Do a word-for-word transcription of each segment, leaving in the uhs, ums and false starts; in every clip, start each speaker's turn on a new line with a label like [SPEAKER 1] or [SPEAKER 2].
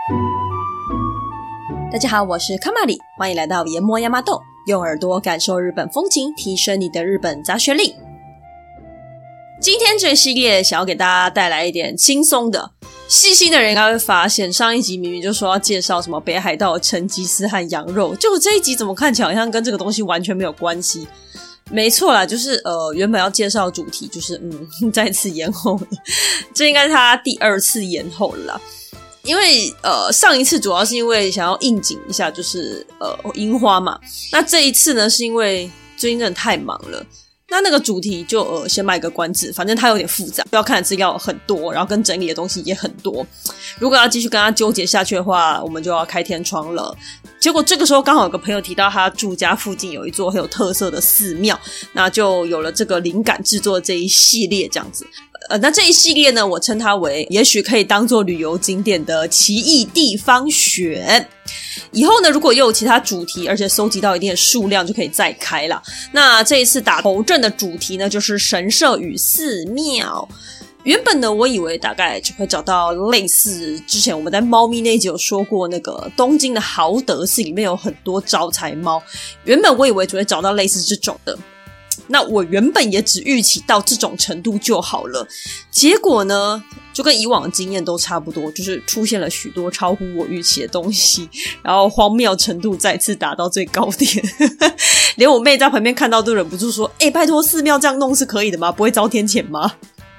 [SPEAKER 1] 大家好，我是卡玛里，欢迎来到研磨亚麻豆，用耳朵感受日本风情，提升你的日本杂学力。今天这个系列想要给大家带来一点轻松的，细心的人应该会发现，上一集明明就说要介绍什么北海道的成吉思汗羊肉，结果这一集怎么看起来好像跟这个东西完全没有关系。没错啦，就是呃，原本要介绍的主题就是嗯，再次延后了，这应该是他第二次延后了啦。因为呃上一次主要是因为想要应景一下，就是呃樱花嘛。那这一次呢，是因为最近真的太忙了。那那个主题就呃先卖个关子，反正它有点复杂，要看的资料很多，然后跟整理的东西也很多。如果要继续跟他纠结下去的话，我们就要开天窗了。结果这个时候刚好有个朋友提到他住家附近有一座很有特色的寺庙，那就有了这个灵感制作这一系列这样子。呃，那这一系列呢，我称它为也许可以当做旅游景点的奇异地方选。以后呢，如果又有其他主题，而且收集到一定的数量，就可以再开啦。那这一次打头阵的主题呢，就是神社与寺庙。原本呢，我以为大概就会找到类似之前我们在猫咪那一集有说过，那个东京的豪德寺里面有很多招财猫。原本我以为只会找到类似这种的。那我原本也只预期到这种程度就好了，结果呢就跟以往的经验都差不多，就是出现了许多超乎我预期的东西，然后荒谬程度再次达到最高点连我妹在旁边看到都忍不住说，诶、欸、拜托，寺庙这样弄是可以的吗？不会遭天谴吗？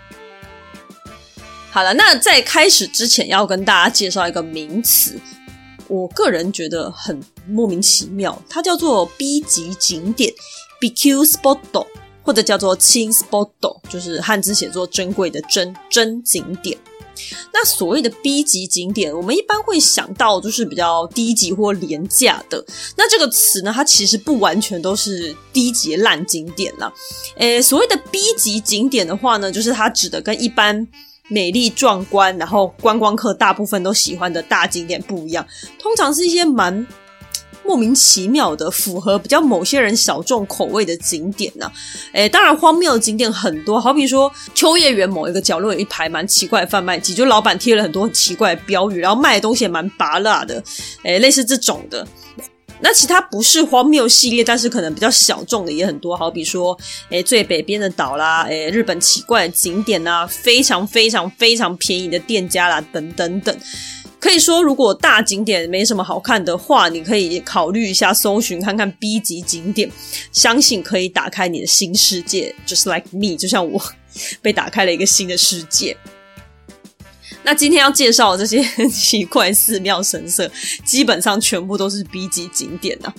[SPEAKER 1] 好了，那在开始之前要跟大家介绍一个名词，我个人觉得很莫名其妙，它叫做 B 级景点B Q spot 或者叫做轻 spot， 就是汉字写作珍贵的珍珍景点。那所谓的 B 级景点，我们一般会想到就是比较低级或廉价的。那这个词呢，它其实不完全都是低级烂景点啦。诶，所谓的 B 级景点的话呢，就是它指的跟一般美丽壮观，然后观光客大部分都喜欢的大景点不一样，通常是一些蛮莫名其妙的符合比较某些人小众口味的景点啊。诶，当然荒谬的景点很多，好比说秋叶原某一个角落有一排蛮奇怪的贩卖机，就老板贴了很多很奇怪的标语，然后卖的东西也蛮拔辣的，诶，类似这种的。那其他不是荒谬系列，但是可能比较小众的也很多，好比说诶最北边的岛啦，诶日本奇怪的景点啦，非常非常非常便宜的店家啦，等等等。可以说如果大景点没什么好看的话，你可以考虑一下搜寻看看 B 级景点，相信可以打开你的新世界， just like me， 就像我被打开了一个新的世界。那今天要介绍的这些奇怪寺庙神社基本上全部都是 B 级景点啊。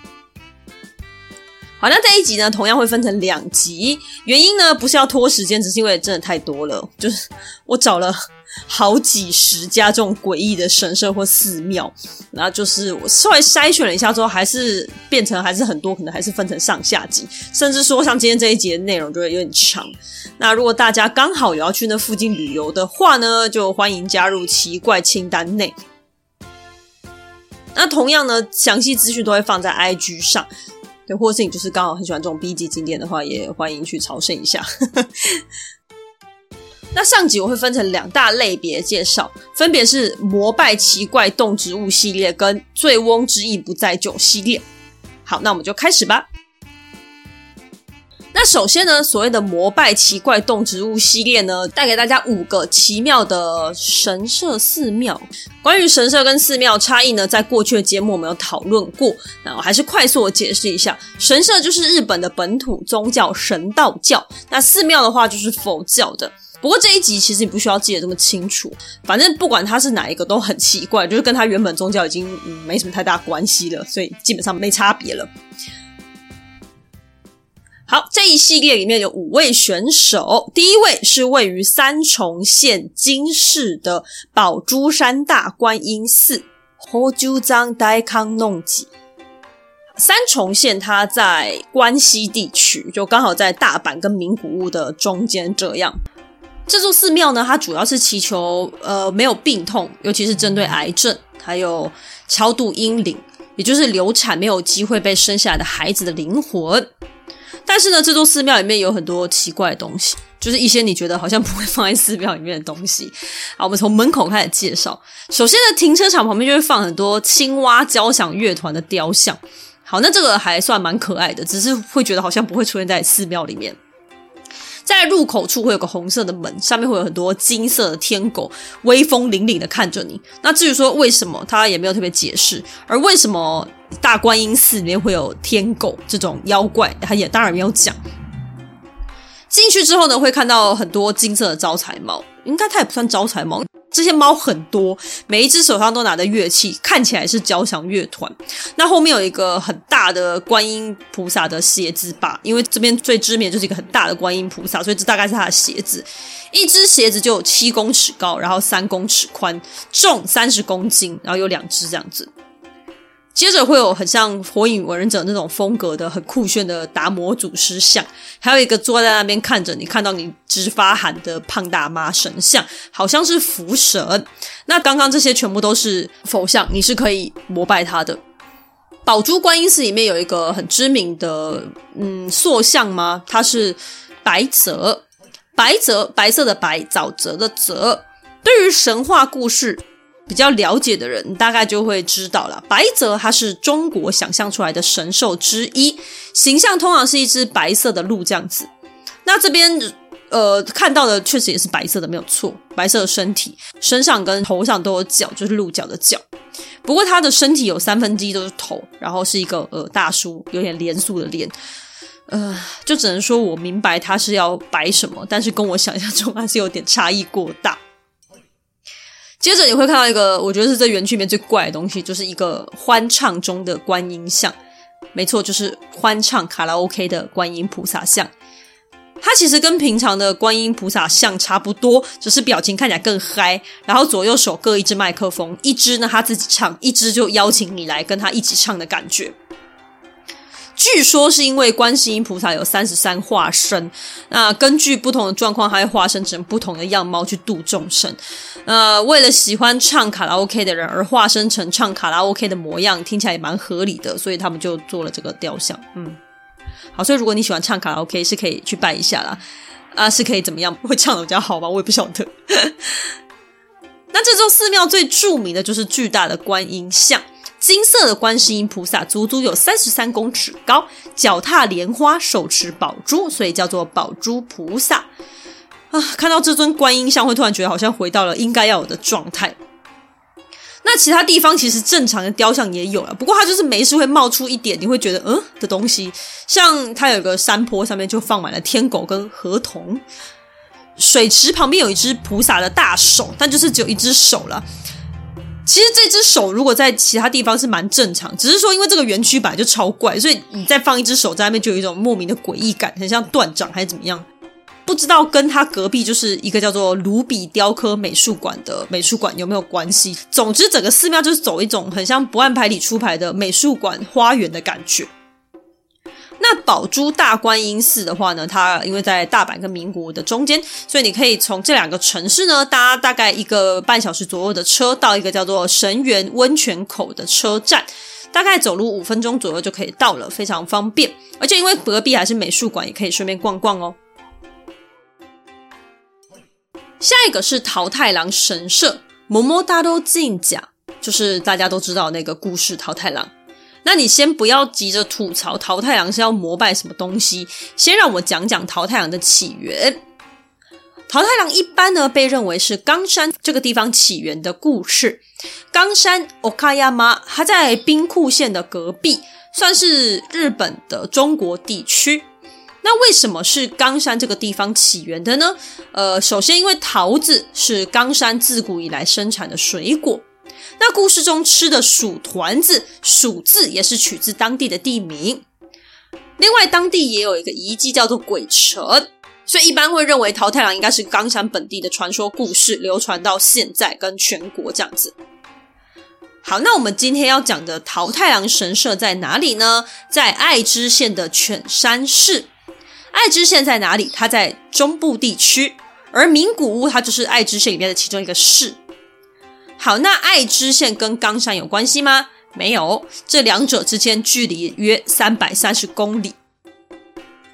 [SPEAKER 1] 好，那这一集呢同样会分成两集，原因呢不是要拖时间，只是因为真的太多了，就是我找了好几十家这种诡异的神社或寺庙，然后就是我稍微筛选了一下之后，还是变成还是很多，可能还是分成上下集，甚至说像今天这一集的内容就会有点长。那如果大家刚好有要去那附近旅游的话呢，就欢迎加入奇怪清单内。那同样呢，详细资讯都会放在 I G 上，对，或者是你就是刚好很喜欢这种 B 级景点的话，也欢迎去朝圣一下那上集我会分成两大类别介绍，分别是膜拜奇怪动植物系列跟醉翁之意不在酒系列。好，那我们就开始吧。那首先呢，所谓的膜拜奇怪动植物系列呢，带给大家五个奇妙的神社寺庙。关于神社跟寺庙差异呢，在过去的节目我们有讨论过，那我还是快速的解释一下。神社就是日本的本土宗教神道教，那寺庙的话就是佛教的。不过这一集其实你不需要记得这么清楚，反正不管它是哪一个都很奇怪，就是跟它原本宗教已经、嗯、没什么太大关系了，所以基本上没差别了。好，这一系列里面有五位选手，第一位是位于三重县津市的宝珠山大观音寺后九藏大観音寺。三重县它在关西地区，就刚好在大阪跟名古屋的中间这样。这座寺庙呢，它主要是祈求呃没有病痛，尤其是针对癌症，还有超度婴灵，也就是流产没有机会被生下来的孩子的灵魂。但是呢，这座寺庙里面有很多奇怪的东西， 就是一些你觉得好像不会放在寺庙里面的东西。好，我们从门口开始介绍。首先呢，停车场旁边就会放很多青蛙交响乐团的雕像。好，那这个还算蛮可爱的，只是会觉得好像不会出现在寺庙里面。在入口处会有个红色的门，上面会有很多金色的天狗威风凛凛的看着你。那至于说为什么，他也没有特别解释。而为什么大观音寺里面会有天狗这种妖怪，他也当然没有讲。进去之后呢，会看到很多金色的招财猫，应该它也不算招财猫，这些猫很多，每一只手上都拿着乐器，看起来是交响乐团。那后面有一个很大的观音菩萨的鞋子吧，因为这边最知名的就是一个很大的观音菩萨，所以这大概是他的鞋子。一只鞋子就有七公尺高，然后三公尺宽，重三十公斤，然后有两只这样子。接着会有很像火影忍者那种风格的很酷炫的达摩祖师像，还有一个坐在那边看着你，看到你直发寒的胖大妈神像，好像是福神。那刚刚这些全部都是佛像，你是可以膜拜他的。宝珠观音寺里面有一个很知名的嗯塑像吗？它是白泽，白泽白色的白，沼泽的泽。对于神话故事比较了解的人大概就会知道了，白泽它是中国想象出来的神兽之一，形象通常是一只白色的鹿这样子。那这边呃看到的确实也是白色的，没有错，白色的身体，身上跟头上都有角，就是鹿角的角。不过它的身体有三分之一都是头，然后是一个呃大叔，有点严肃的脸。呃，就只能说我明白他是要摆什么，但是跟我想象中还是有点差异过大。接着你会看到一个我觉得是这园区里面最怪的东西，就是一个欢唱中的观音像。没错，就是欢唱卡拉 OK 的观音菩萨像。它其实跟平常的观音菩萨像差不多，只是表情看起来更嗨，然后左右手各一支麦克风，一支呢他自己唱，一支就邀请你来跟他一起唱的感觉。据说是因为观世音菩萨有三十三化身，那根据不同的状况，它会化身成不同的样貌去度众生。呃，为了喜欢唱卡拉 OK 的人而化身成唱卡拉 OK 的模样，听起来也蛮合理的，所以他们就做了这个雕像。嗯，好，所以如果你喜欢唱卡拉 OK， 是可以去拜一下啦。啊，是可以怎么样？会唱的比较好吗？我也不晓得。那这座寺庙最著名的就是巨大的观音像。金色的观世音菩萨足足有三十三公尺高，脚踏莲花，手持宝珠，所以叫做宝珠菩萨。啊，看到这尊观音像会突然觉得好像回到了应该要有的状态。那其他地方其实正常的雕像也有了，不过它就是没事会冒出一点你会觉得嗯的东西，像它有个山坡上面就放满了天狗跟河童，水池旁边有一只菩萨的大手，但就是只有一只手了。其实这只手如果在其他地方是蛮正常，只是说因为这个园区本来就超怪，所以你再放一只手在那边就有一种莫名的诡异感，很像断掌还是怎么样。不知道跟它隔壁就是一个叫做卢比雕刻美术馆的美术馆有没有关系。总之整个寺庙就是走一种很像不按牌理出牌的美术馆花园的感觉。那宝珠大观音寺的话呢，它因为在大阪跟名古屋的中间，所以你可以从这两个城市呢搭大概一个半小时左右的车到一个叫做神源温泉口的车站，大概走路五分钟左右就可以到了，非常方便。而且因为隔壁还是美术馆，也可以顺便逛逛哦。下一个是桃太郎神社 Momotaro Jinja， 就是大家都知道那个故事桃太郎。那你先不要急着吐槽桃太郎是要膜拜什么东西，先让我讲讲桃太郎的起源。桃太郎一般呢被认为是冈山这个地方起源的故事。冈山 Okayama 它在兵库县的隔壁，算是日本的中国地区。那为什么是冈山这个地方起源的呢？呃，首先因为桃子是冈山自古以来生产的水果。那故事中吃的薯团子，薯字也是取自当地的地名。另外当地也有一个遗迹叫做鬼城，所以一般会认为桃太郎应该是冈山本地的传说故事，流传到现在跟全国这样子。好，那我们今天要讲的桃太郎神社在哪里呢？在爱知县的犬山市。爱知县在哪里？它在中部地区，而名古屋它就是爱知县里面的其中一个市。好，那爱知县跟冈山有关系吗？没有，这两者之间距离约三百三十公里。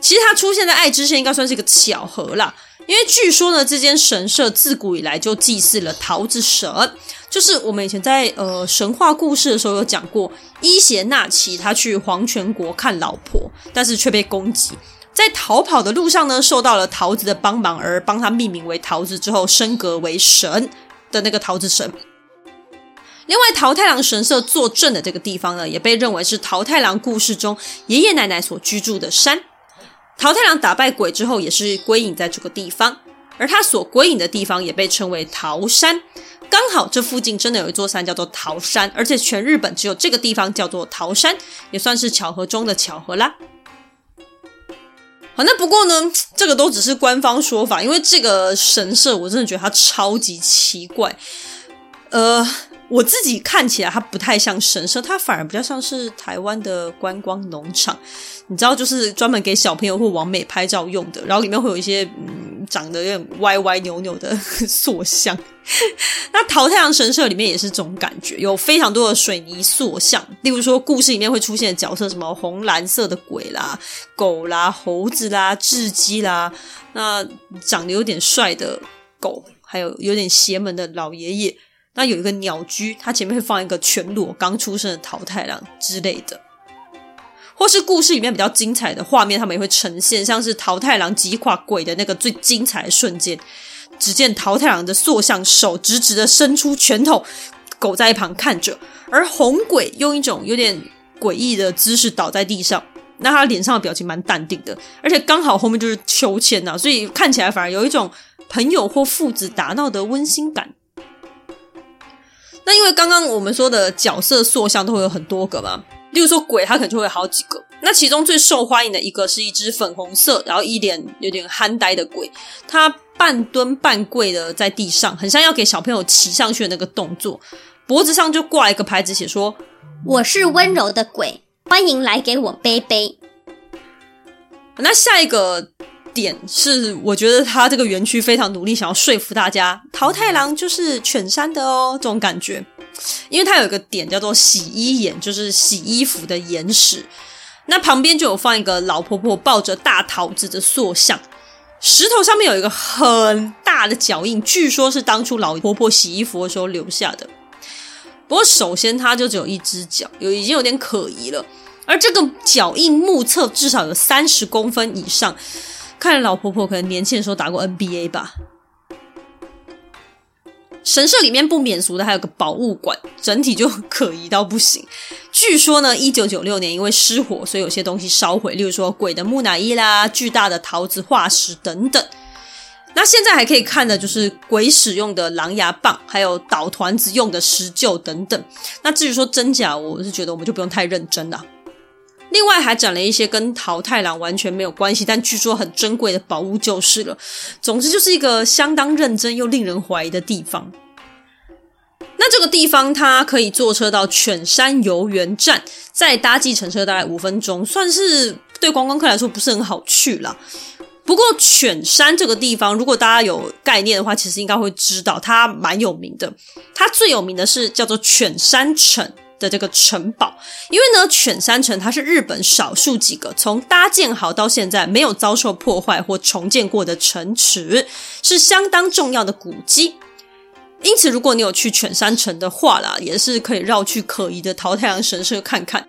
[SPEAKER 1] 其实它出现在爱知县应该算是一个巧合啦，因为据说呢，这间神社自古以来就祭祀了桃子神，就是我们以前在呃神话故事的时候有讲过，伊邪那岐他去黄泉国看老婆，但是却被攻击，在逃跑的路上呢，受到了桃子的帮忙，而帮他命名为桃子之后升格为神的那个桃子神。另外桃太郎神社坐镇的这个地方呢，也被认为是桃太郎故事中爷爷奶奶所居住的山。桃太郎打败鬼之后也是归隐在这个地方，而他所归隐的地方也被称为桃山。刚好这附近真的有一座山叫做桃山，而且全日本只有这个地方叫做桃山，也算是巧合中的巧合啦。好，那不过呢，这个都只是官方说法，因为这个神社我真的觉得它超级奇怪。呃，我自己看起来它不太像神社，它反而比较像是台湾的观光农场，你知道，就是专门给小朋友或网美拍照用的，然后里面会有一些嗯长得有点歪歪扭扭的塑像。那桃太郎神社里面也是这种感觉，有非常多的水泥塑像，例如说故事里面会出现的角色，什么红蓝色的鬼啦、狗啦、猴子啦、雉鸡啦，那长得有点帅的狗，还有有点邪门的老爷爷，那有一个鸟居，它前面会放一个全裸刚出生的桃太郎之类的。或是故事里面比较精彩的画面，他们也会呈现，像是桃太郎击垮鬼的那个最精彩的瞬间，只见桃太郎的塑像手直直的伸出拳头，狗在一旁看着，而红鬼用一种有点诡异的姿势倒在地上，那他脸上的表情蛮淡定的，而且刚好后面就是秋千啊，所以看起来反而有一种朋友或父子打闹的温馨感。那因为刚刚我们说的角色塑像都会有很多个嘛，例如说鬼它可能就会有好几个，那其中最受欢迎的一个是一只粉红色然后一脸有点憨呆的鬼，它半蹲半跪的在地上，很像要给小朋友骑上去的那个动作，脖子上就挂一个牌子写说
[SPEAKER 2] 我是温柔的鬼，欢迎来给我背背。
[SPEAKER 1] 那下一个点是我觉得他这个园区非常努力想要说服大家桃太郎就是犬山的哦，这种感觉。因为它有一个点叫做洗衣岩，就是洗衣服的岩石，那旁边就有放一个老婆婆抱着大桃子的塑像，石头上面有一个很大的脚印，据说是当初老婆婆洗衣服的时候留下的。不过首先它就只有一只脚，有已经有点可疑了，而这个脚印目测至少有三十公分以上，看来老婆婆可能年轻的时候打过 N B A 吧。神社里面不免俗的还有个宝物馆，整体就可疑到不行。据说呢一九九六年因为失火，所以有些东西烧毁，例如说鬼的木乃伊啦、巨大的桃子化石等等。那现在还可以看的就是鬼使用的狼牙棒，还有捣团子用的石臼等等。那至于说真假，我是觉得我们就不用太认真啦。另外还展了一些跟桃太郎完全没有关系，但据说很珍贵的宝物就是了。总之就是一个相当认真又令人怀疑的地方。那这个地方它可以坐车到犬山游园站，再搭计程车大概五分钟，算是对观光客来说不是很好去啦。不过犬山这个地方如果大家有概念的话，其实应该会知道它蛮有名的。它最有名的是叫做犬山城的这个城堡，因为呢犬山城它是日本少数几个从搭建好到现在没有遭受破坏或重建过的城池，是相当重要的古迹。因此如果你有去犬山城的话啦，也是可以绕去可疑的桃太郎神社看看。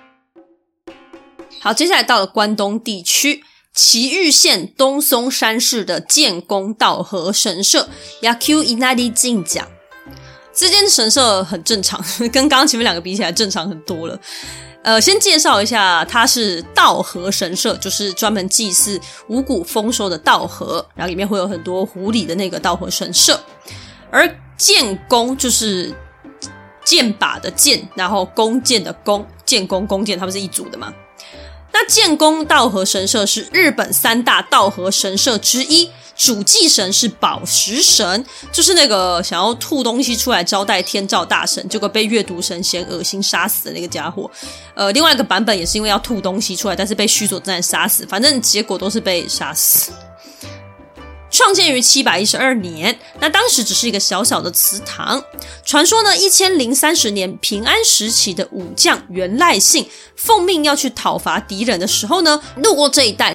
[SPEAKER 1] 好，接下来到了关东地区埼玉县东松山市的建功道和神社 Yaku Inari 神社，这间神社很正常，跟刚刚前面两个比起来正常很多了。呃，先介绍一下，它是道和神社，就是专门祭祀五谷丰收的道和，然后里面会有很多狐狸的那个道和神社。而建功就是剑把的剑，然后弓箭的弓，建功弓箭他们是一组的嘛。那建功道和神社是日本三大道和神社之一，主祭神是宝石神，就是那个想要吐东西出来招待天照大神，结果被月读神嫌恶心杀死的那个家伙。呃，另外一个版本也是因为要吐东西出来，但是被须佐真杀死，反正结果都是被杀死。创建于七百一十二年，那当时只是一个小小的祠堂。传说呢一千零三十年平安时期的武将源赖信奉命要去讨伐敌人的时候呢，路过这一带，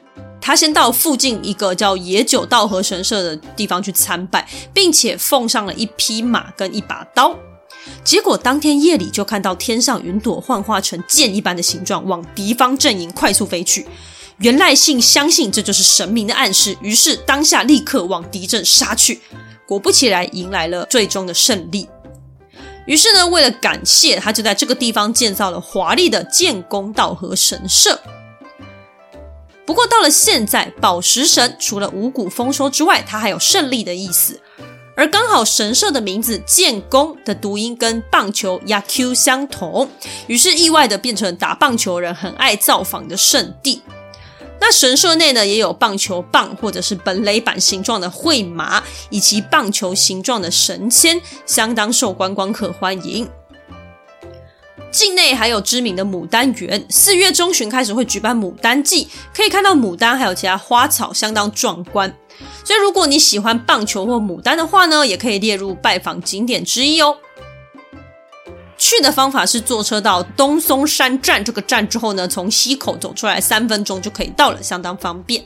[SPEAKER 1] 他先到附近一个叫野酒稻荷神社的地方去参拜，并且奉上了一匹马跟一把刀。结果当天夜里就看到天上云朵幻化成箭一般的形状，往敌方阵营快速飞去。源赖信相信这就是神明的暗示，于是当下立刻往敌阵杀去。果不其然，迎来了最终的胜利。于是呢，为了感谢，他就在这个地方建造了华丽的建功稻荷神社。不过到了现在，宝石神除了五谷丰收之外，它还有胜利的意思。而刚好神社的名字建功的读音跟棒球 Yaku 相同，于是意外的变成打棒球人很爱造访的圣地。那神社内呢，也有棒球棒或者是本垒板形状的会马，以及棒球形状的神签，相当受观光客欢迎。境内还有知名的牡丹园，四月中旬开始会举办牡丹季，可以看到牡丹还有其他花草，相当壮观。所以如果你喜欢棒球或牡丹的话呢，也可以列入拜访景点之一哦。去的方法是坐车到东松山站这个站之后呢，从西口走出来三分钟就可以到了，相当方便。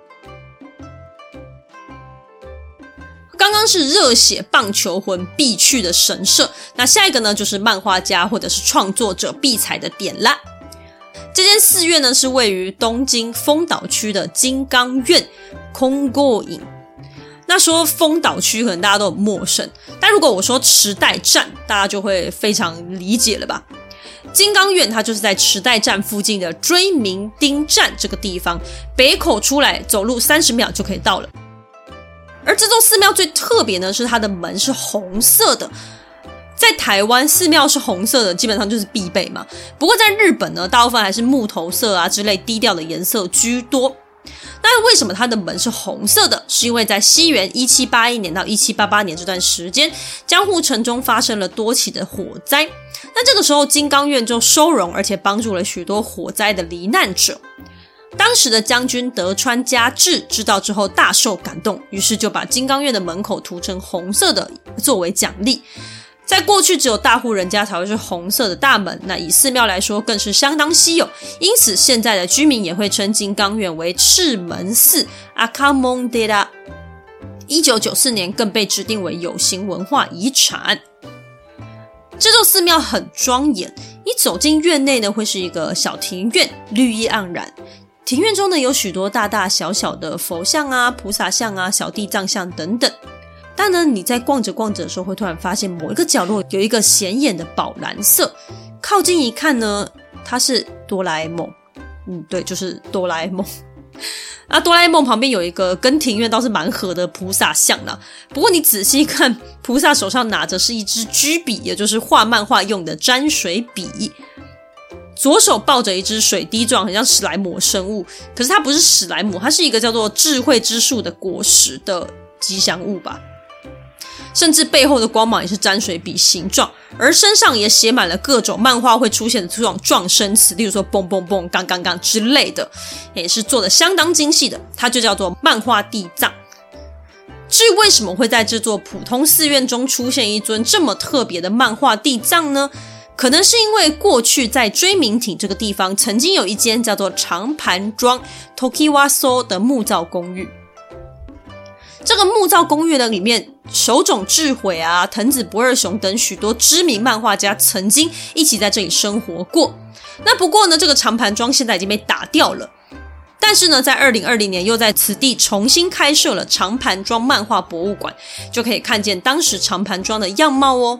[SPEAKER 1] 刚刚是热血棒球魂必去的神社，那下一个呢就是漫画家或者是创作者必踩的点啦。这间寺院呢是位于东京丰岛区的金刚院空过影。那说丰岛区可能大家都很陌生，但如果我说池袋站，大家就会非常理解了吧。金刚院它就是在池袋站附近的追名町站这个地方，北口出来走路三十秒就可以到了。而这座寺庙最特别呢是它的门是红色的，在台湾寺庙是红色的基本上就是必备嘛，不过在日本呢大部分还是木头色啊之类低调的颜色居多。那为什么它的门是红色的？是因为在西元一七八一年到一七八八年这段时间，江户城中发生了多起的火灾，那这个时候金刚院就收容而且帮助了许多火灾的罹难者。当时的将军德川家治知道之后大受感动，于是就把金刚院的门口涂成红色的作为奖励。在过去只有大户人家才会是红色的大门，那以寺庙来说更是相当稀有，因此现在的居民也会称金刚院为赤门寺 Akamon Dera。 一九九四年更被指定为有形文化遗产。这座寺庙很庄严，一走进院内呢会是一个小庭院，绿意盎然。庭院中呢有许多大大小小的佛像啊、菩萨像啊、小地藏像等等。但呢你在逛着逛着的时候会突然发现某一个角落有一个显眼的宝蓝色，靠近一看呢它是哆啦 A 梦。嗯，对，就是哆啦 A 梦。啊，哆啦 A 梦旁边有一个跟庭院倒是蛮合的菩萨像啦，不过你仔细看，菩萨手上拿着是一支居笔，也就是画漫画用的沾水笔，左手抱着一只水滴状很像史莱姆生物，可是它不是史莱姆，它是一个叫做智慧之树的果实的吉祥物吧。甚至背后的光芒也是沾水笔形状，而身上也写满了各种漫画会出现的这种状声词，例如说蹦蹦蹦、杠杠杠之类的，也是做的相当精细的，它就叫做漫画地藏。至于为什么会在这座普通寺院中出现一尊这么特别的漫画地藏呢？可能是因为过去在追名町这个地方曾经有一间叫做长盘庄 Tokiwaso 的木造公寓。这个木造公寓呢，里面手冢治悔啊、藤子不二雄等许多知名漫画家曾经一起在这里生活过。那不过呢，这个长盘庄现在已经被打掉了，但是呢，在二零二零年又在此地重新开设了长盘庄漫画博物馆，就可以看见当时长盘庄的样貌哦。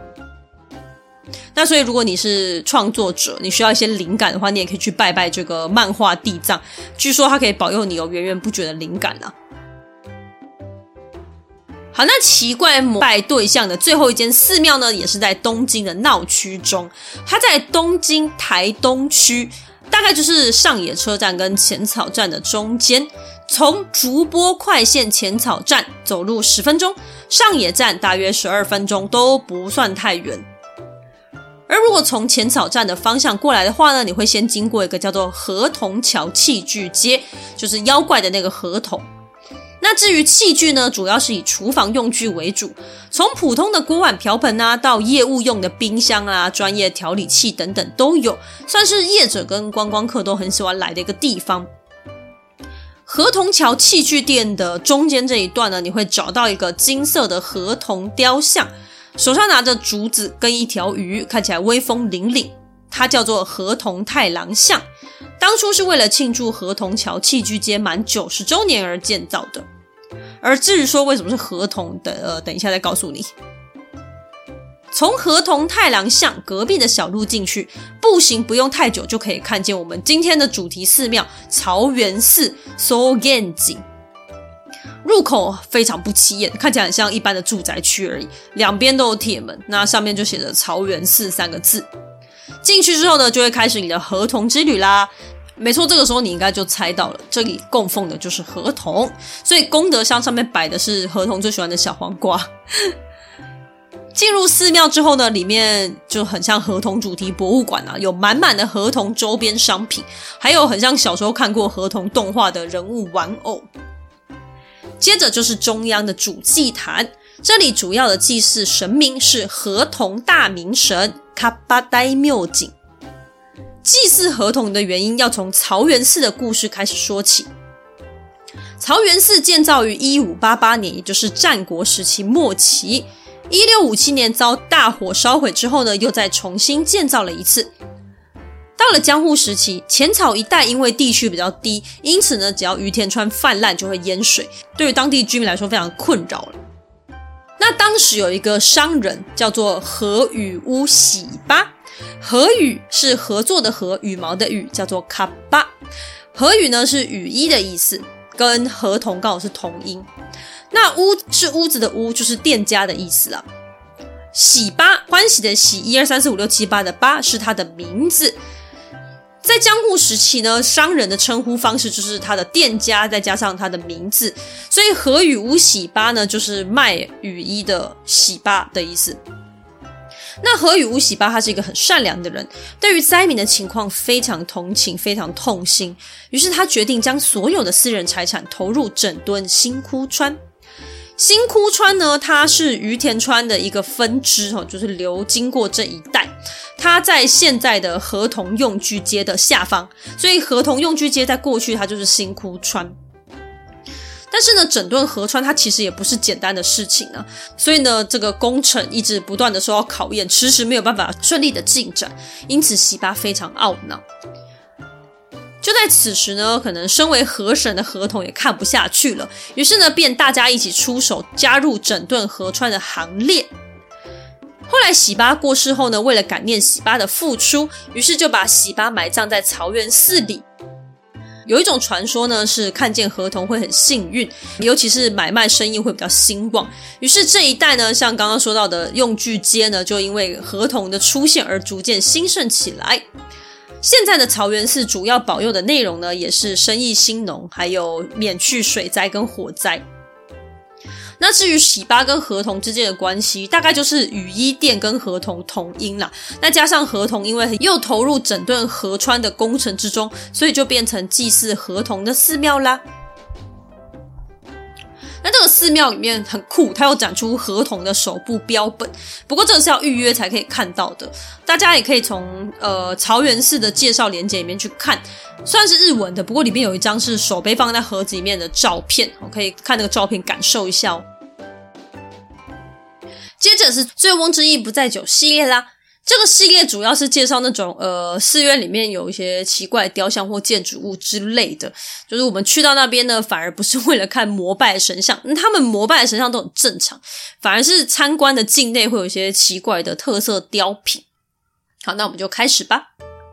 [SPEAKER 1] 那所以如果你是创作者，你需要一些灵感的话，你也可以去拜拜这个漫画地藏，据说它可以保佑你有源源不绝的灵感啊。好，那奇怪膜拜对象的最后一间寺庙呢，也是在东京的闹区中，它在东京台东区，大概就是上野车站跟浅草站的中间，从竹波快线浅草站走路十分钟，上野站大约十二分钟，都不算太远。而如果从浅草站的方向过来的话呢，你会先经过一个叫做河童桥器具街，就是妖怪的那个河童。那至于器具呢，主要是以厨房用具为主，从普通的锅碗瓢盆啊，到业务用的冰箱啊、专业调理器等等都有，算是业者跟观光客都很喜欢来的一个地方。 河童桥器具店的中间这一段呢，你会找到一个金色的河童雕像，手上拿着竹子跟一条鱼，看起来威风凛凛。它叫做河童太郎像，当初是为了庆祝河童桥器具街满九十周年而建造的。而至于说为什么是河童的，呃，等一下再告诉你。从河童太郎像隔壁的小路进去，步行不用太久就可以看见我们今天的主题寺庙曹源寺 Sogenji。 入口非常不起眼，看起来很像一般的住宅区而已，两边都有铁门，那上面就写着曹源寺三个字。进去之后呢，就会开始你的河童之旅啦。没错，这个时候你应该就猜到了，这里供奉的就是河童，所以功德箱上面摆的是河童最喜欢的小黄瓜。进入寺庙之后呢，里面就很像河童主题博物馆啊，有满满的河童周边商品，还有很像小时候看过河童动画的人物玩偶。接着就是中央的主祭坛，这里主要的祭祀神明是河童大明神卡巴呆谬景。祭祀河童的原因要从曹源寺的故事开始说起。曹源寺建造于一五八八年，也就是战国时期末期。一六五七年遭大火烧毁之后呢，又再重新建造了一次。到了江户时期，浅草一带因为地区比较低，因此呢，只要于田川泛滥就会淹水，对于当地居民来说非常困扰了。那当时有一个商人叫做河羽屋喜八，河羽是合作的合，羽毛的羽，叫做卡巴。河羽呢是雨衣的意思，跟河童刚好是同音。那屋是屋子的屋，就是店家的意思啊。喜八，欢喜的喜，一二三四五六七八的八是他的名字。在江户时期呢，商人的称呼方式就是他的店家再加上他的名字，所以河羽屋喜八呢就是卖雨衣的喜八的意思。那河羽屋喜八他是一个很善良的人，对于灾民的情况非常同情，非常痛心，于是他决定将所有的私人财产投入整顿新窟川。新窟川呢，它是于田川的一个分支，就是流经过这一带，它在现在的河童用具街的下方，所以河童用具街在过去它就是新窟川。但是呢，整顿河川它其实也不是简单的事情啊，所以呢，这个工程一直不断的受到考验，迟迟没有办法顺利的进展，因此喜八非常懊恼。就在此时呢，可能身为河神的河童也看不下去了，于是呢，便大家一起出手，加入整顿河川的行列。后来喜八过世后呢，为了感念喜八的付出，于是就把喜八埋葬在曹源寺里。有一种传说呢，是看见河童会很幸运，尤其是买卖生意会比较兴旺。于是这一带呢，像刚刚说到的用具街呢，就因为河童的出现而逐渐兴盛起来。现在的曹源寺主要保佑的内容呢，也是生意兴隆，还有免去水灾跟火灾。那至于喜八跟河童之间的关系，大概就是雨衣店跟河童同音啦。那加上河童因为又投入整顿河川的工程之中，所以就变成祭祀河童的寺庙啦。那这个寺庙里面很酷，它有展出河童的手部标本，不过这个是要预约才可以看到的。大家也可以从呃曹源寺的介绍连结里面去看，虽然是日文的，不过里面有一张是手背放在盒子里面的照片，我可以看那个照片感受一下哦。接着是醉翁之意不在酒系列啦。这个系列主要是介绍那种呃寺院里面有一些奇怪的雕像或建筑物之类的，就是我们去到那边呢，反而不是为了看膜拜的神像，他们膜拜的神像都很正常，反而是参观的境内会有一些奇怪的特色雕品。好，那我们就开始吧。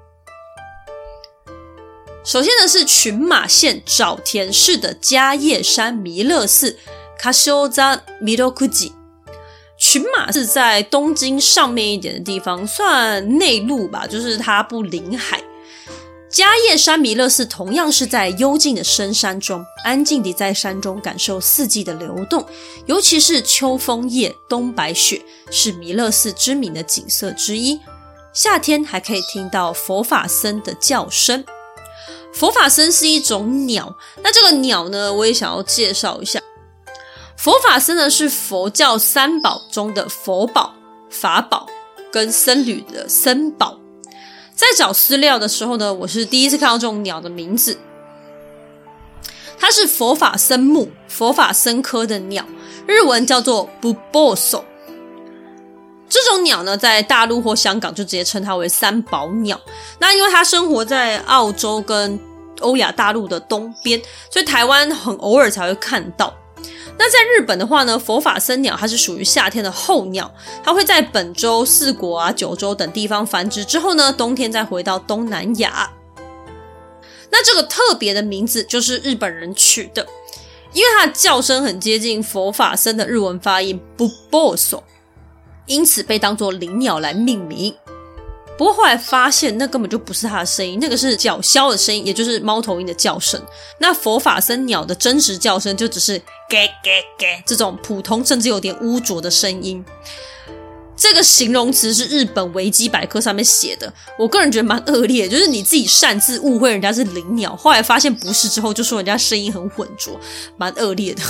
[SPEAKER 1] 首先呢是群马县沼田市的迦叶山弥勒寺 Kashoza Mirokuji。群马是在东京上面一点的地方，算内陆吧，就是它不临海。迦叶山弥勒寺同样是在幽静的深山中，安静地在山中感受四季的流动，尤其是秋枫叶、冬白雪，是弥勒寺知名的景色之一。夏天还可以听到佛法僧的叫声。佛法僧是一种鸟，那这个鸟呢，我也想要介绍一下。佛法僧呢是佛教三宝中的佛宝、法宝跟僧侣的僧宝。在找资料的时候呢，我是第一次看到这种鸟的名字。 它是佛法僧目佛法僧科的鸟，日文叫做 buboso。 这种鸟呢，在大陆或香港就直接称它为三宝鸟。那因为它生活在澳洲跟欧亚大陆的东边，所以台湾很偶尔才会看到。那在日本的话呢，佛法僧鸟它是属于夏天的候鸟，它会在本州、四国啊、九州等地方繁殖之后呢，冬天再回到东南亚。那这个特别的名字就是日本人取的，因为它的叫声很接近佛法僧的日文发音 buboso， 因此被当作灵鸟来命名。不过后来发现那根本就不是它的声音，那个是角鸮的声音，也就是猫头鹰的叫声。那佛法僧鸟的真实叫声就只是给给给这种普通甚至有点污浊的声音。这个形容词是日本维基百科上面写的，我个人觉得蛮恶劣的，就是你自己擅自误会人家是灵鸟，后来发现不是之后就说人家声音很浑浊，蛮恶劣的。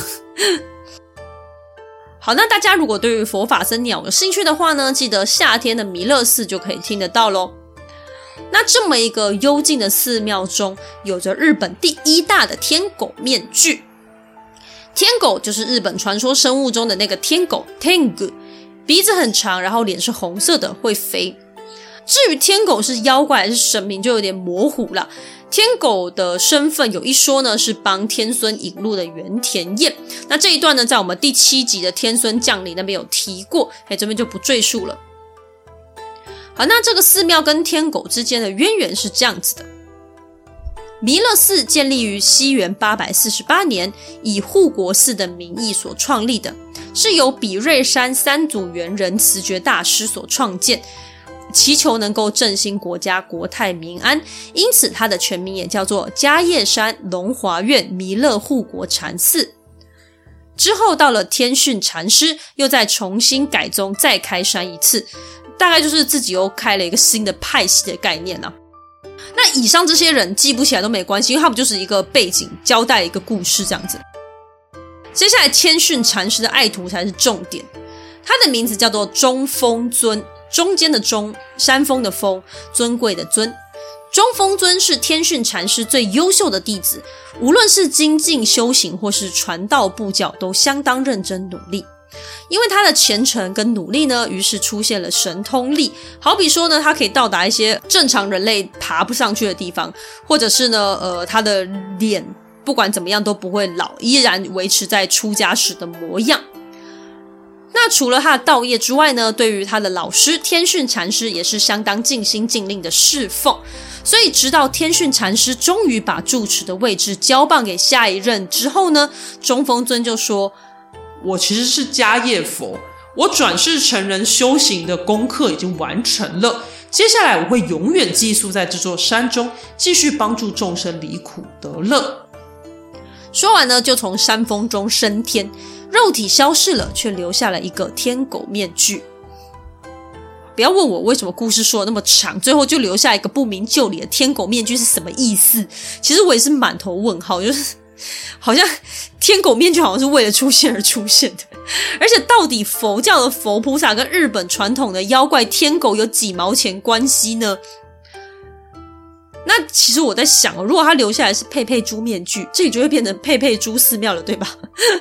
[SPEAKER 1] 好，那大家如果对于佛法僧鸟有兴趣的话呢，记得夏天的弥勒寺就可以听得到咯。那这么一个幽静的寺庙中，有着日本第一大的天狗面具。天狗就是日本传说生物中的那个天狗 Tengu， 鼻子很长，然后脸是红色的，会飞。至于天狗是妖怪还是神明就有点模糊了。天狗的身份有一说呢，是帮天孙引路的原田彦。那这一段呢，在我们第七集的天孙降临那边有提过，哎，这边就不赘述了。好，那这个寺庙跟天狗之间的渊源是这样子的。弥勒寺建立于西元八百四十八年，以护国寺的名义所创立的，是由比瑞山三祖元人慈觉大师所创建，祈求能够振兴国家国泰民安，因此它的全名也叫做迦叶山龙华院弥勒护国禅寺。之后到了天训禅师，又再重新改宗再开山一次，大概就是自己又开了一个新的派系的概念啊。那以上这些人记不起来都没关系，因为他们就是一个背景，交代一个故事这样子。接下来天训禅师的爱徒才是重点，他的名字叫做中峰尊，中间的中，山峰的峰，尊贵的尊。中峰尊是天训禅师最优秀的弟子，无论是精进修行或是传道布教都相当认真努力。因为他的虔诚跟努力呢，于是出现了神通力，好比说呢，他可以到达一些正常人类爬不上去的地方，或者是呢，呃，他的脸不管怎么样都不会老，依然维持在出家时的模样。那除了他的道业之外呢，对于他的老师天训禅师也是相当尽心尽力的侍奉，所以直到天训禅师终于把住持的位置交棒给下一任之后呢，中峰尊就说，
[SPEAKER 3] 我其实是迦叶佛，我转世成人修行的功课已经完成了，接下来我会永远寄宿在这座山中，继续帮助众生离苦得乐。
[SPEAKER 1] 说完呢，就从山峰中升天，肉体消逝了，却留下了一个天狗面具。不要问我为什么故事说的那么长，最后就留下一个不明就里的天狗面具是什么意思。其实我也是满头问号，就是好像天狗面具好像是为了出现而出现的。而且到底佛教的佛菩萨跟日本传统的妖怪天狗有几毛钱关系呢？那其实我在想，如果他留下来是佩佩猪面具，这里就会变成佩佩猪寺庙了，对吧？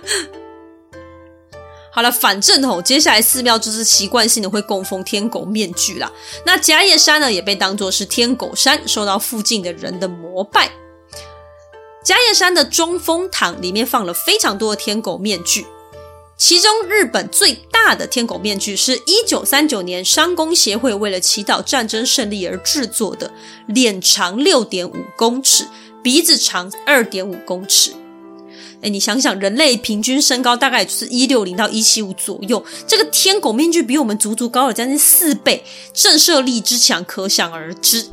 [SPEAKER 1] 好了，反正哦，接下来寺庙就是习惯性的会供奉天狗面具啦。那迦叶山呢，也被当作是天狗山，受到附近的人的膜拜。迦叶山的中峰堂里面放了非常多的天狗面具，其中日本最大的天狗面具是一九三九年商工协会为了祈祷战争胜利而制作的，脸长 六点五公尺，鼻子长 二点五公尺。诶，你想想，人类平均身高大概就是一六零到一七五左右，这个天狗面具比我们足足高了将近四倍，震慑力之强可想而知。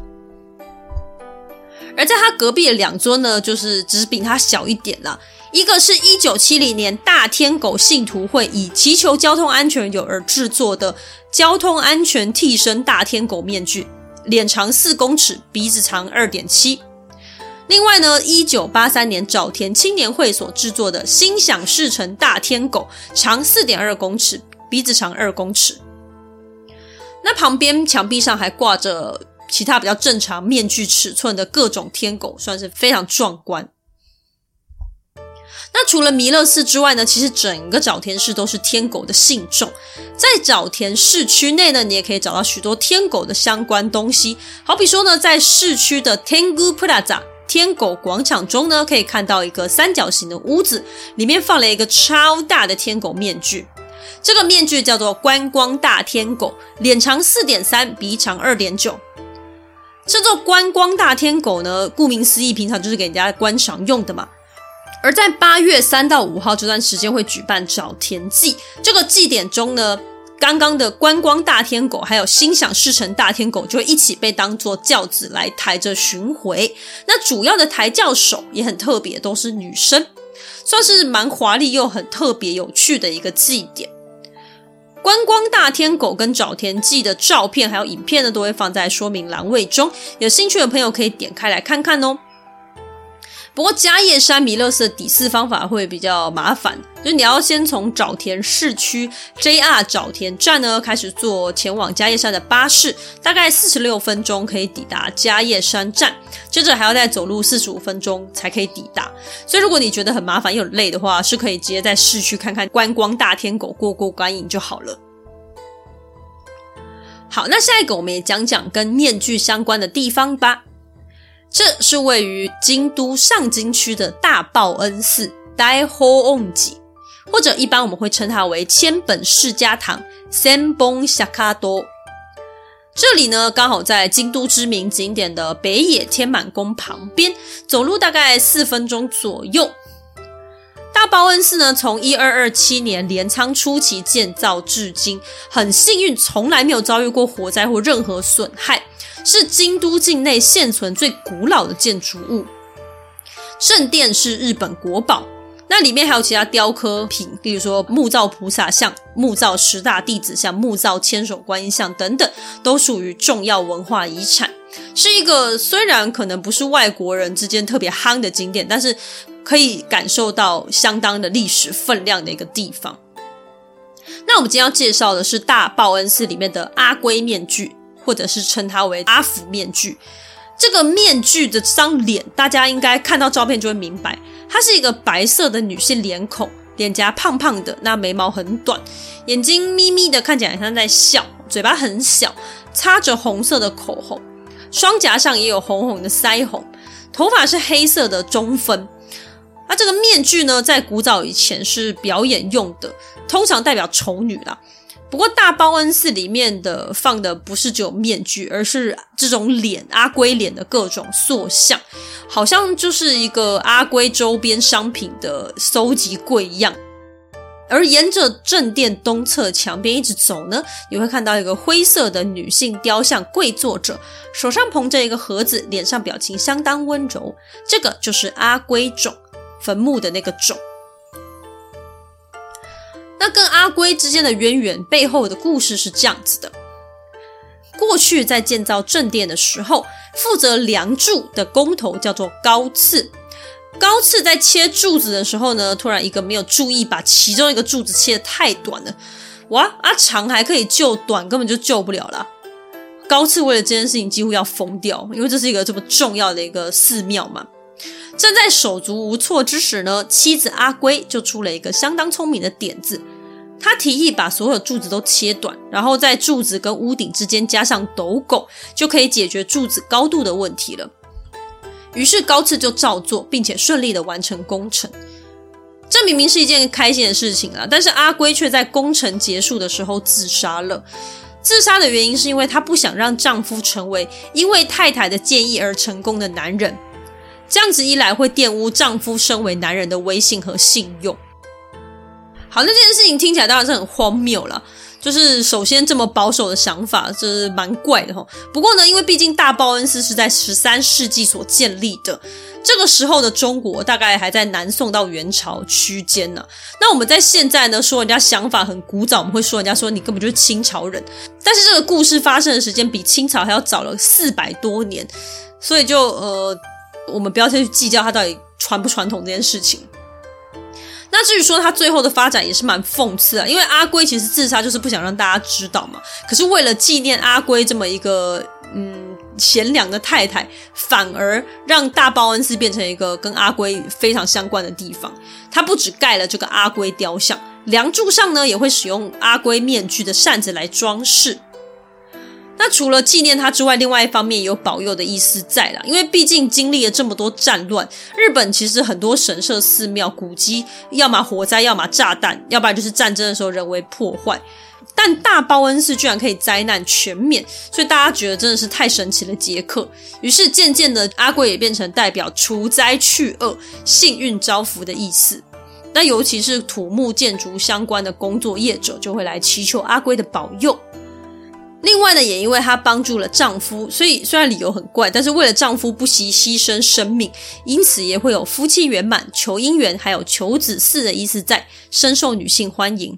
[SPEAKER 1] 而在他隔壁的两尊呢，就是只是比他小一点啦。一个是一九七零年大天狗信徒会以祈求交通安全有而制作的交通安全替身大天狗面具，脸长四公尺，鼻子长 二点七。另外呢，一九八三年沼田青年会所制作的心想事成大天狗，长 四点二公尺，鼻子长二公尺。那旁边墙壁上还挂着其他比较正常面具尺寸的各种天狗，算是非常壮观。 那除了弥勒寺之外呢，其实整个沼田市都是天狗的信众。在沼田市区内呢，你也可以找到许多天狗的相关东西，好比说呢，在市区的 Tengu Plaza 天狗广场中呢，可以看到一个三角形的屋子，里面放了一个超大的天狗面具。这个面具叫做观光大天狗，脸长 四点三， 鼻长 二点九。这座观光大天狗呢，顾名思义，平常就是给人家观赏用的嘛。而在八月三到五号这段时间会举办沼田祭，这个祭典中呢，刚刚的观光大天狗还有心想事成大天狗就会一起被当作轿子来抬着巡回。那主要的抬轿手也很特别，都是女生，算是蛮华丽又很特别有趣的一个祭典。观光大天狗跟沼田祭的照片还有影片呢，都会放在说明栏位中，有兴趣的朋友可以点开来看看哦。不过嘉叶山弥勒寺的抵寺方法会比较麻烦，就是你要先从沼田市区 J R 沼田站呢开始坐前往嘉叶山的巴士，大概四十六分钟可以抵达嘉叶山站，接着还要再走路四十五分钟才可以抵达。所以如果你觉得很麻烦又很累的话，是可以直接在市区看看观光大天狗过过观瘾就好了。好，那下一个我们也讲讲跟面具相关的地方吧。这是位于京都上京区的大报恩寺 Daihoonji， 或者一般我们会称它为千本释迦堂 Senbon Shakado。 这里呢刚好在京都知名景点的北野天满宫旁边，走路大概四分钟左右。大报恩寺呢从一二二七年镰仓初期建造至今，很幸运从来没有遭遇过火灾或任何损害，是京都境内现存最古老的建筑物。圣殿是日本国宝，那里面还有其他雕刻品，例如说木造菩萨像、木造十大弟子像、木造千手观音像等等，都属于重要文化遗产，是一个虽然可能不是外国人之间特别夯的景点，但是可以感受到相当的历史分量的一个地方。那我们今天要介绍的是大报恩寺里面的阿龟面具，或者是称它为阿福面具。这个面具的这张脸大家应该看到照片就会明白，它是一个白色的女性脸孔，脸颊胖胖的，那眉毛很短，眼睛眯眯的，看起来像在笑，嘴巴很小，擦着红色的口红，双颊上也有红红的腮红，头发是黑色的中分。那这个面具呢，在古早以前是表演用的，通常代表丑女啦。不过大报恩寺里面的放的不是只有面具，而是这种脸，阿龟脸的各种塑像，好像就是一个阿龟周边商品的搜集柜一样。而沿着正殿东侧墙边一直走呢，你会看到一个灰色的女性雕像跪坐着，手上捧着一个盒子，脸上表情相当温柔，这个就是阿龟冢，坟墓的那个冢。那跟阿龟之间的渊源背后的故事是这样子的。过去在建造正殿的时候，负责梁柱的工头叫做高次。高次在切柱子的时候呢，突然一个没有注意，把其中一个柱子切得太短了。哇，啊长还可以救，短根本就救不了啦。高次为了这件事情几乎要疯掉，因为这是一个这么重要的一个寺庙嘛。正在手足无措之时呢，妻子阿龟就出了一个相当聪明的点子。他提议把所有柱子都切短，然后在柱子跟屋顶之间加上斗拱，就可以解决柱子高度的问题了。于是高次就照做，并且顺利的完成工程。这明明是一件开心的事情啊，但是阿龟却在工程结束的时候自杀了。自杀的原因是因为她不想让丈夫成为因为太太的建议而成功的男人，这样子一来会玷污丈夫身为男人的威信和信用。好，那这件事情听起来当然是很荒谬啦，就是首先这么保守的想法，这是蛮怪的齁。不过呢，因为毕竟大报恩寺是在十三世纪所建立的，这个时候的中国大概还在南宋到元朝区间呢。那我们在现在呢说人家想法很古早，我们会说人家说你根本就是清朝人，但是这个故事发生的时间比清朝还要早了四百多年，所以就呃，我们不要再去计较它到底传不传统这件事情。那至于说他最后的发展也是蛮讽刺啊，因为阿龟其实自杀就是不想让大家知道嘛，可是为了纪念阿龟这么一个嗯贤良的太太，反而让大报恩寺变成一个跟阿龟非常相关的地方。他不只盖了这个阿龟雕像，梁柱上呢也会使用阿龟面具的扇子来装饰。那除了纪念他之外，另外一方面也有保佑的意思在啦，因为毕竟经历了这么多战乱，日本其实很多神社寺庙古迹要么火灾，要么炸弹，要不然就是战争的时候人为破坏，但大报恩寺居然可以灾难全免，所以大家觉得真的是太神奇了杰克。于是渐渐的阿龟也变成代表除灾去恶、幸运招福的意思。那尤其是土木建筑相关的工作业者就会来祈求阿龟的保佑。另外呢，也因为她帮助了丈夫，所以虽然理由很怪，但是为了丈夫不惜牺牲生命，因此也会有夫妻圆满、求姻缘还有求子嗣的意思在，深受女性欢迎。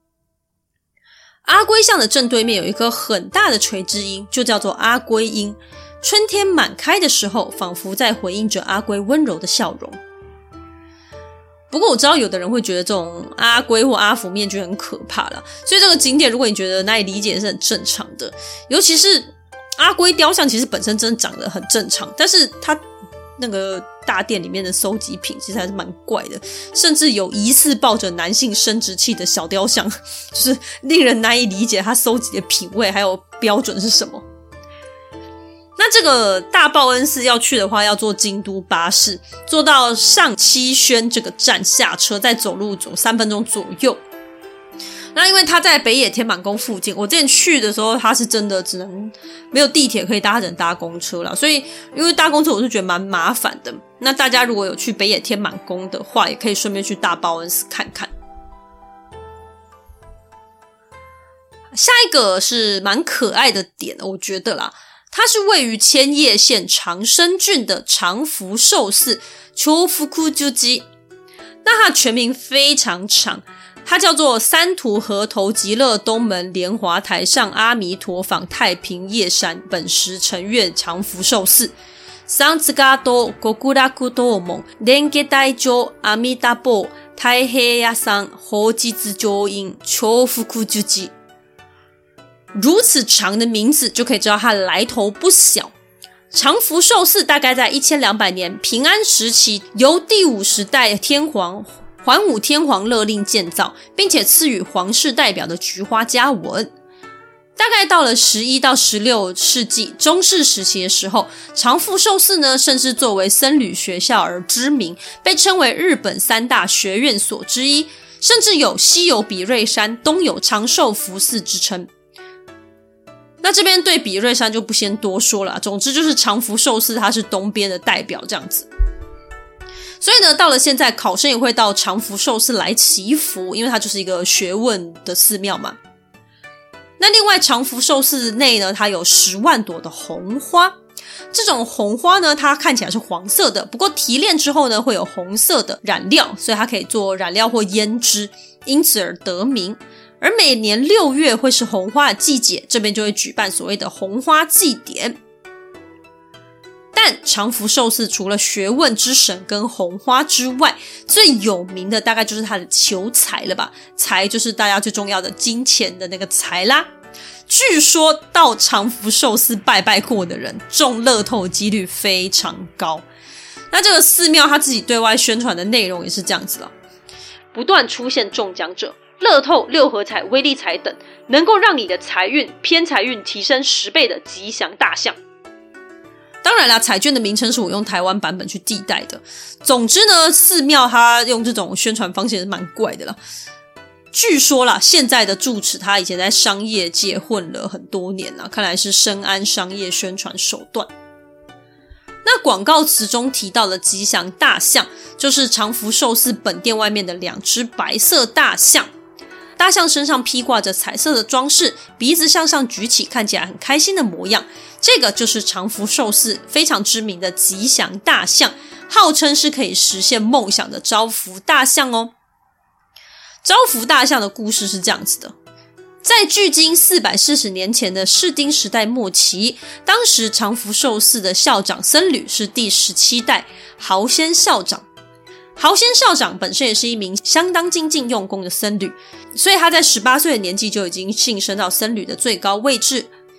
[SPEAKER 1] 阿龟像的正对面有一颗很大的垂枝樱，就叫做阿龟樱，春天满开的时候，仿佛在回应着阿龟温柔的笑容。不过我知道有的人会觉得这种阿龟或阿福面具很可怕啦，所以这个景点如果你觉得难以理解是很正常的，尤其是阿龟雕像其实本身真的长得很正常，但是它那个大殿里面的收集品其实还是蛮怪的，甚至有疑似抱着男性生殖器的小雕像，就是令人难以理解他收集的品味还有标准是什么。那这个大报恩寺要去的话，要坐京都巴士，坐到上七轩这个站下车，再走路走三分钟左右。那因为他在北野天满宫附近，我之前去的时候他是真的只能没有地铁可以搭，只能搭公车啦，所以因为搭公车我是觉得蛮麻烦的。那大家如果有去北野天满宫的话，也可以顺便去大报恩寺看看。下一个是蛮可爱的点，我觉得啦，它是位于千叶县长生郡的长福寿寺秋福库鸠基。那它的全名非常长，它叫做三途河头极乐东门莲华台上阿弥陀坊太平叶山本石成月长福寿寺三つがと極楽道門蓮華大乗阿弥陀佛太平屋さん法実上院秋福库鸠基。如此长的名字就可以知道它的来头不小。长福寿寺大概在一千两百年平安时期由第五十代天皇桓武天皇勒令建造，并且赐予皇室代表的菊花嘉文。大概到了十一到十六世纪中世时期的时候，长福寿寺呢甚至作为僧侣学校而知名，被称为日本三大学院所之一，甚至有西有比瑞山，东有长寿福寺之称。那这边对比瑞山就不先多说了，总之就是长福寿寺它是东边的代表这样子。所以呢，到了现在考生也会到长福寿寺来祈福，因为它就是一个学问的寺庙嘛。那另外长福寿寺内呢，它有十万朵的红花，这种红花呢它看起来是黄色的，不过提炼之后呢会有红色的染料，所以它可以做染料或胭脂，因此而得名。而每年六月会是红花的季节，这边就会举办所谓的红花祭典。但长福寿寺除了学问之神跟红花之外，最有名的大概就是它的求财了吧，财就是大家最重要的金钱的那个财啦。据说到长福寿寺拜拜过的人中乐透的几率非常高。那这个寺庙它自己对外宣传的内容也是这样子了，不断出现中奖者，乐透、六合彩、威力彩等能够让你的财运、偏财运提升十倍的吉祥大象。当然啦，彩券的名称是我用台湾版本去替代的。总之呢，寺庙它用这种宣传方式也是蛮怪的啦。据说啦，现在的住持他以前在商业界混了很多年啦，看来是深谙商业宣传手段。那广告词中提到的吉祥大象，就是长福寿寺本店外面的两只白色大象。大象身上披挂着彩色的装饰，鼻子向上举起，看起来很开心的模样。这个就是长福寿寺非常知名的吉祥大象，号称是可以实现梦想的招福大象哦。招福大象的故事是这样子的，在距今四百四十年前的室町时代末期，当时长福寿寺的校长僧侣是第十七代豪仙校长。豪仙校长本身也是一名相当精进用功的僧侣，所以他在十八岁的年纪就已经晋升到僧侣的最高位置。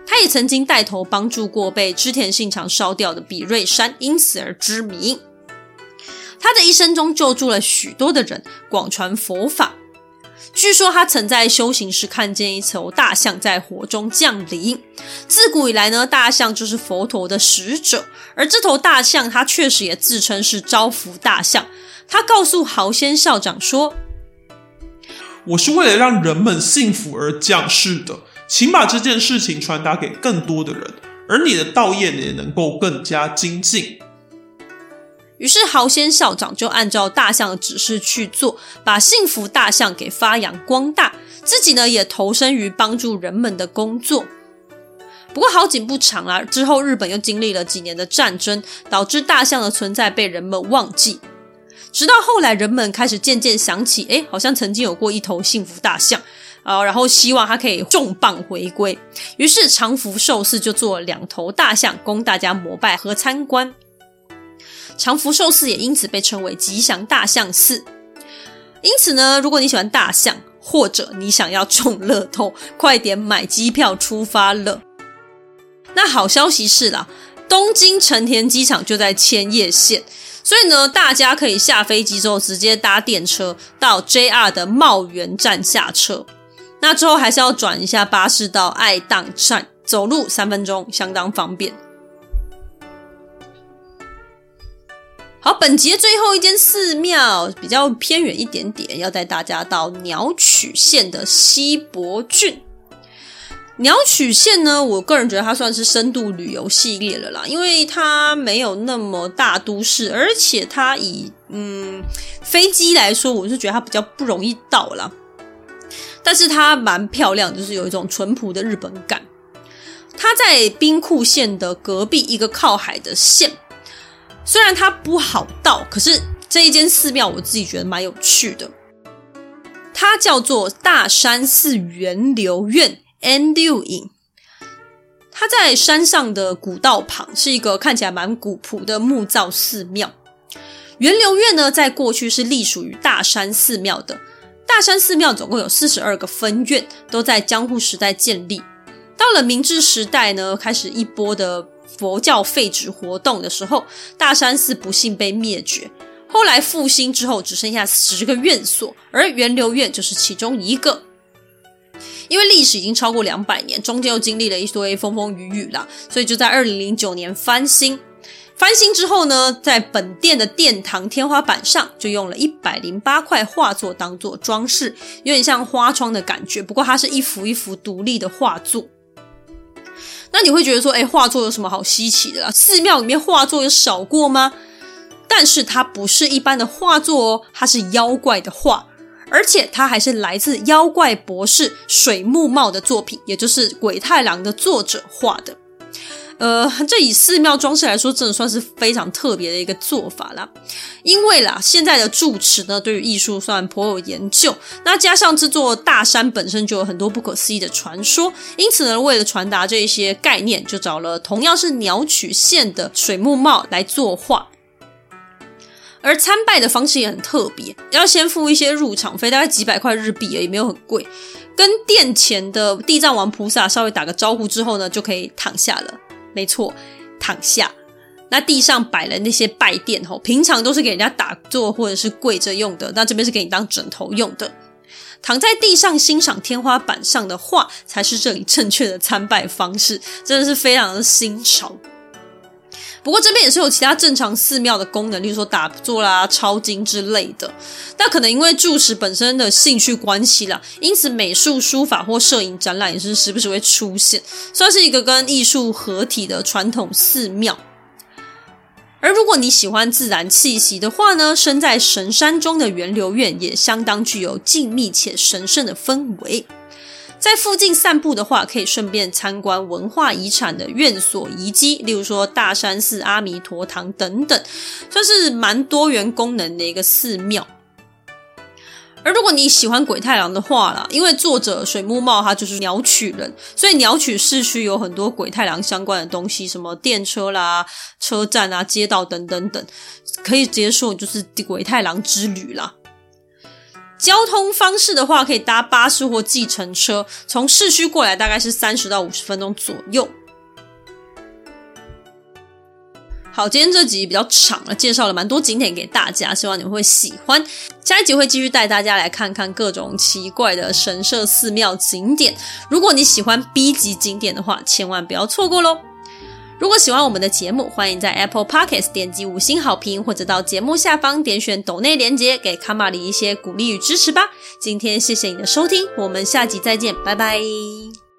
[SPEAKER 1] 他也曾经带头帮助过被织田信长烧掉的比叡山，因此而知名。他的一生中救助了许多的人，广传佛法。据说他曾在修行时看见一头大象在火中降临。自古以来呢，大象就是佛陀的使者，而这头大象他确实也自称是招福大象。他告诉豪仙校长说，
[SPEAKER 4] 我是为了让人们幸福而降世的，请把这件事情传达给更多的人，而你的道业也能够更加精进。
[SPEAKER 1] 于是豪仙校长就按照大象的指示去做，把幸福大象给发扬光大，自己呢也投身于帮助人们的工作。不过好景不长啊，之后日本又经历了几年的战争，导致大象的存在被人们忘记。直到后来人们开始渐渐想起，诶，好像曾经有过一头幸福大象，呃、然后希望它可以重磅回归。于是长福寿寺就做了两头大象供大家膜拜和参观。长福寿寺也因此被称为吉祥大象寺。因此呢，如果你喜欢大象，或者你想要中乐透，快点买机票出发了。那好消息是啦，东京成田机场就在千叶县，所以呢，大家可以下飞机之后直接搭电车到 J R 的茂原站下车。那之后还是要转一下巴士到爱宕站，走路三分钟，相当方便。好，本集的最后一间寺庙比较偏远一点点，要带大家到鸟取县的西伯郡。鸟取县呢，我个人觉得它算是深度旅游系列了啦，因为它没有那么大都市，而且它以嗯飞机来说，我是觉得它比较不容易到啦。但是它蛮漂亮，就是有一种淳朴的日本感。它在兵库县的隔壁一个靠海的县。虽然它不好到，可是这一间寺庙我自己觉得蛮有趣的。它叫做大山寺源流院 N 六 影，它在山上的古道旁，是一个看起来蛮古朴的木造寺庙。源流院呢，在过去是隶属于大山寺庙的。大山寺庙总共有四十二个分院，都在江户时代建立。到了明治时代呢，开始一波的佛教废止活动的时候，大山寺不幸被灭绝。后来复兴之后，只剩下十个院所，而源流院就是其中一个。因为历史已经超过两百年，中间又经历了一堆风风雨雨啦，所以就在二零零九年翻新。翻新之后呢，在本殿的殿堂天花板上就用了一百零八块画作当做装饰，有点像花窗的感觉，不过它是一幅一幅独立的画作。那你会觉得说，诶，画作有什么好稀奇的啦？寺庙里面画作有少过吗？但是它不是一般的画作哦，它是妖怪的画，而且它还是来自妖怪博士水木茂的作品，也就是鬼太郎的作者画的。呃，这以寺庙装饰来说，真的算是非常特别的一个做法啦。因为啦，现在的住持呢，对于艺术算颇有研究，那加上这座大山本身就有很多不可思议的传说，因此呢，为了传达这些概念，就找了同样是鸟取县的水木茂来作画。而参拜的方式也很特别，要先付一些入场费，大概几百块日币而已，没有很贵。跟殿前的地藏王菩萨稍微打个招呼之后呢，就可以躺下了。没错，躺下。那地上摆了那些拜垫，平常都是给人家打坐或者是跪着用的，那这边是给你当枕头用的。躺在地上欣赏天花板上的画，才是这里正确的参拜方式，真的是非常的新潮。不过这边也是有其他正常寺庙的功能，例如说打坐啦、抄经之类的。那可能因为住持本身的兴趣关系啦，因此美术、书法或摄影展览也是时不时会出现，算是一个跟艺术合体的传统寺庙。而如果你喜欢自然气息的话呢，身在神山中的源流院也相当具有静谧且神圣的氛围。在附近散步的话，可以顺便参观文化遗产的院所遗迹，例如说大山寺、阿弥陀堂等等，算是蛮多元功能的一个寺庙。而如果你喜欢鬼太郎的话啦，因为作者水木茂他就是鸟取人，所以鸟取市区有很多鬼太郎相关的东西，什么电车啦、车站啊、街道等等等，可以直接说就是鬼太郎之旅啦。 交通方式的话，可以搭巴士或计程车，从市区过来大概是三十到五十分钟左右。好，今天这集比较长了，介绍了蛮多景点给大家，希望你们会喜欢。下一集会继续带大家来看看各种奇怪的神社、寺庙、景点。如果你喜欢 B 级景点的话，千万不要错过咯。如果喜欢我们的节目，欢迎在 Apple Podcast 点击五星好评，或者到节目下方点选抖内连结，给卡玛里一些鼓励与支持吧。今天谢谢你的收听，我们下集再见，拜拜。